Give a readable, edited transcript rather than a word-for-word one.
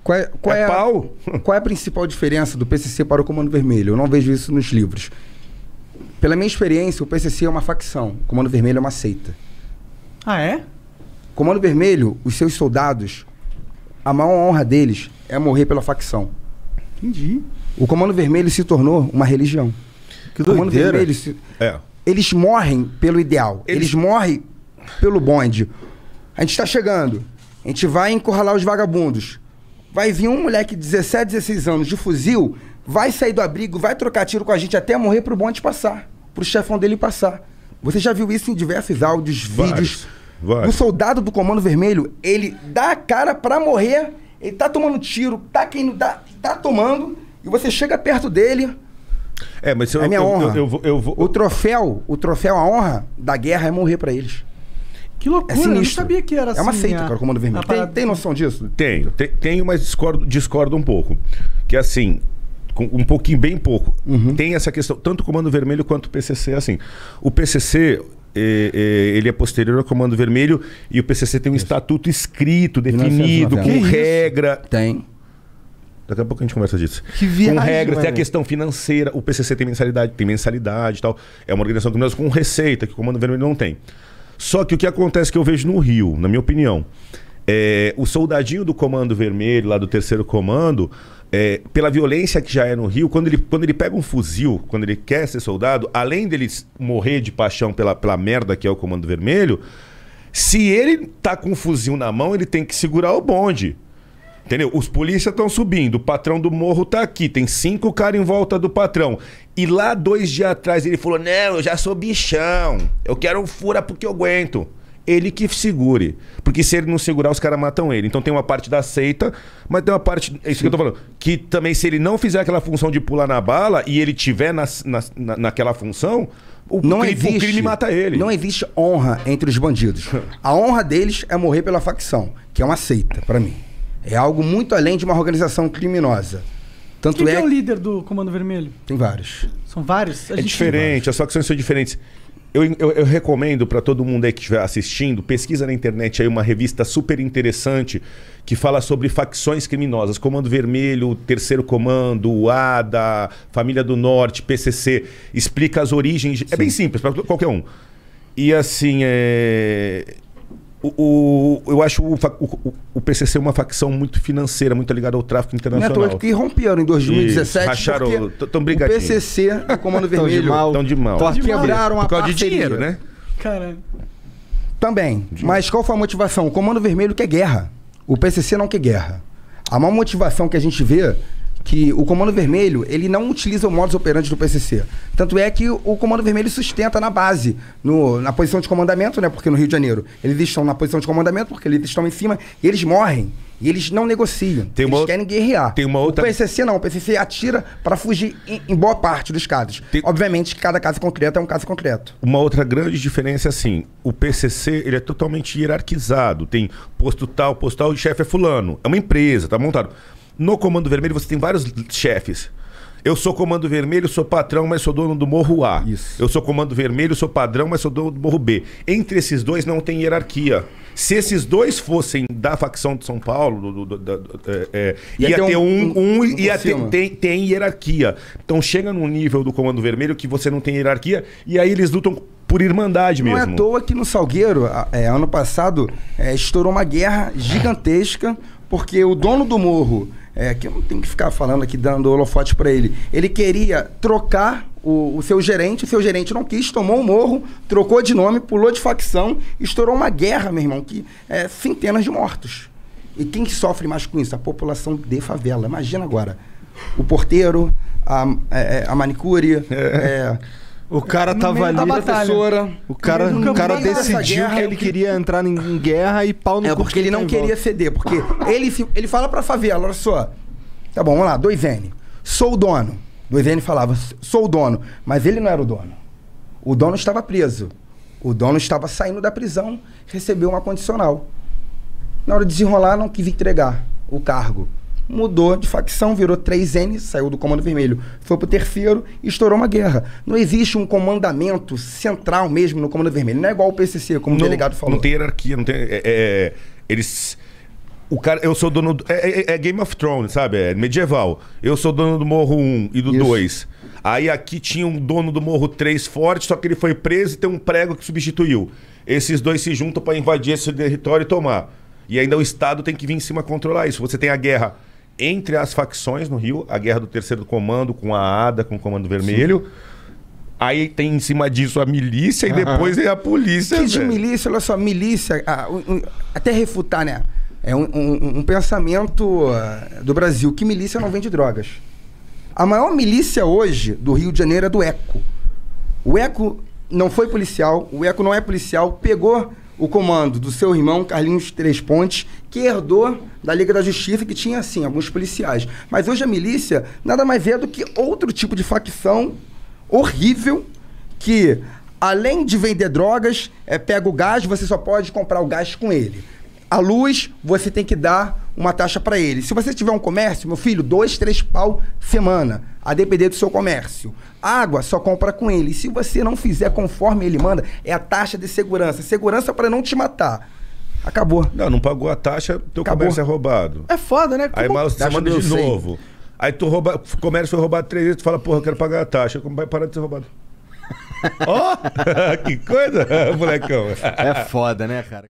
Qual é a principal diferença do PCC para o Comando Vermelho? Eu não vejo isso nos livros. Pela minha experiência, o PCC é uma facção, o Comando Vermelho é uma seita. Ah, é? O Comando Vermelho, os seus soldados, a maior honra deles é morrer pela facção. Entendi. O Comando Vermelho se tornou uma religião. Que Comando doideira. Vermelho eles morrem pelo ideal. Eles morrem pelo bonde. A gente está chegando. A gente vai encurralar os vagabundos. Vai vir um moleque de 17, 16 anos de fuzil, vai sair do abrigo, vai trocar tiro com a gente até morrer pro bonde passar. Pro chefão dele passar. Você já viu isso em diversos áudios, vídeos. O soldado do Comando Vermelho, ele dá a cara pra morrer, ele tá tomando tiro, tá tomando, e você chega perto dele. Mas é minha honra. Eu vou... O troféu, a honra da guerra é morrer pra eles. Que loucura, eu não sabia que era assim. É uma seita, cara, o Comando Vermelho. Tem noção disso? Tenho, mas discordo um pouco. Que assim, um pouquinho, bem pouco. Tem essa questão, tanto o Comando Vermelho quanto o PCC, assim. O PCC, ele é posterior ao Comando Vermelho e o PCC tem um estatuto escrito, definido, com regra. Tem. Daqui a pouco a gente conversa disso. Que viagem, com regras, tem a questão financeira. O PCC tem mensalidade e tal. É uma organização criminosa com receita, que o Comando Vermelho não tem. Só que o que acontece que eu vejo no Rio, na minha opinião, o soldadinho do Comando Vermelho, lá do 3º Comando, pela violência que já é no Rio, quando ele pega um fuzil, quando ele quer ser soldado, além dele morrer de paixão pela merda que é o Comando Vermelho, se ele tá com um fuzil na mão, ele tem que segurar o bonde. Entendeu? Os polícias estão subindo, o patrão do morro tá aqui, tem 5 caras em volta do patrão. E lá 2 dias atrás ele falou, não, eu já sou bichão, eu quero um fura porque eu aguento. Ele que segure. Porque se ele não segurar, os caras matam ele. Então tem uma parte da seita, mas tem uma parte, é isso que eu tô falando, que também se ele não fizer aquela função de pular na bala e ele tiver naquela função, o crime mata ele. Não existe honra entre os bandidos. A honra deles é morrer pela facção, que é uma seita, pra mim. É algo muito além de uma organização criminosa. Quem é o líder do Comando Vermelho? Tem vários. São vários? É diferente, as facções são diferentes. Eu recomendo para todo mundo aí que estiver assistindo, pesquisa na internet aí uma revista super interessante que fala sobre facções criminosas. Comando Vermelho, 3º Comando, o ADA, Família do Norte, PCC. Explica as origens. Sim. É bem simples para qualquer um. E assim, eu acho o PCC uma facção muito financeira, muito ligada ao tráfico internacional. Não é que romperam em 2017. Racharam, estão brigadinhos. O PCC, o Comando Vermelho, estão de mal. Quebraram a por causa parceria. de dinheiro, né? Caralho. Também. Mas qual foi a motivação? O Comando Vermelho quer guerra. O PCC não quer guerra. A maior motivação que a gente vê que o Comando Vermelho, ele não utiliza o modus operandi do PCC. Tanto é que o Comando Vermelho sustenta na base, na posição de comandamento, né? Porque no Rio de Janeiro eles estão na posição de comandamento, porque eles estão em cima, e eles morrem. E eles não negociam. Eles querem guerrear. O PCC não. O PCC atira para fugir em boa parte dos casos. Obviamente que cada caso concreto é um caso concreto. Uma outra grande diferença é assim, o PCC ele é totalmente hierarquizado. Tem posto tal, o chefe é fulano. É uma empresa, tá montado. No Comando Vermelho você tem vários chefes. Eu sou Comando Vermelho, sou patrão, mas sou dono do Morro A. Isso. Eu sou Comando Vermelho, sou padrão, mas sou dono do Morro B. Entre esses dois não tem hierarquia. Se esses dois fossem da facção de São Paulo, ia ter tem hierarquia. Então chega num nível do Comando Vermelho que você não tem hierarquia e aí eles lutam por irmandade mesmo. Não é à toa que no Salgueiro, ano passado, estourou uma guerra gigantesca, porque o dono do morro, que eu não tenho que ficar falando aqui, dando holofote para ele, ele queria trocar o seu gerente não quis, tomou o morro, trocou de nome, pulou de facção, estourou uma guerra, meu irmão, que centenas de mortos. E quem que sofre mais com isso? A população de favela. Imagina agora, o porteiro, a manicure, o cara tava ali, professora. O cara decidiu que ele queria entrar em guerra e pau no cu. Porque ele não queria ceder. Porque ele fala pra favela, olha só. Tá bom, vamos lá, 2N. Sou o dono. 2N falava, sou o dono. Mas ele não era o dono. O dono estava preso. O dono estava saindo da prisão, recebeu uma condicional. Na hora de desenrolar, não quis entregar o cargo. Mudou de facção, virou 3N, saiu do Comando Vermelho, foi pro 3º e estourou uma guerra. Não existe um comandamento central mesmo no Comando Vermelho. Não é igual o PCC, como o delegado falou. Não tem hierarquia, não tem... O cara, eu sou dono do, é Game of Thrones, sabe? É medieval. Eu sou dono do Morro 1 e do 2. Aí aqui tinha um dono do Morro 3 forte, só que ele foi preso e tem um prego que substituiu. Esses dois se juntam para invadir esse território e tomar. E ainda o Estado tem que vir em cima controlar isso. Você tem a guerra entre as facções no Rio, a guerra do Terceiro Comando com a ADA, com o Comando Vermelho. Sim. Aí tem em cima disso a milícia e depois é a polícia. Que de milícia, olha só, milícia, até refutar, né? É um pensamento do Brasil, que milícia não vende drogas. A maior milícia hoje do Rio de Janeiro é do ECO. O ECO não foi policial, o ECO não é policial, pegou o comando do seu irmão, Carlinhos Três Pontes, que herdou da Liga da Justiça, que tinha, assim, alguns policiais. Mas hoje a milícia nada mais é do que outro tipo de facção horrível, que além de vender drogas, pega o gás, você só pode comprar o gás com ele. A luz, você tem que dar uma taxa para ele. Se você tiver um comércio, meu filho, 2, 3 pau semana, a depender do seu comércio. Água, só compra com ele. E se você não fizer conforme ele manda, é a taxa de segurança. Segurança para não te matar. Acabou. Não pagou a taxa, teu comércio é roubado. É foda, né? Aí você manda de novo. Aí tu rouba, o comércio foi roubado 3 vezes, tu fala, porra, eu quero pagar a taxa. Como vai parar de ser roubado? Ó, que coisa, molecão. É foda, né, cara?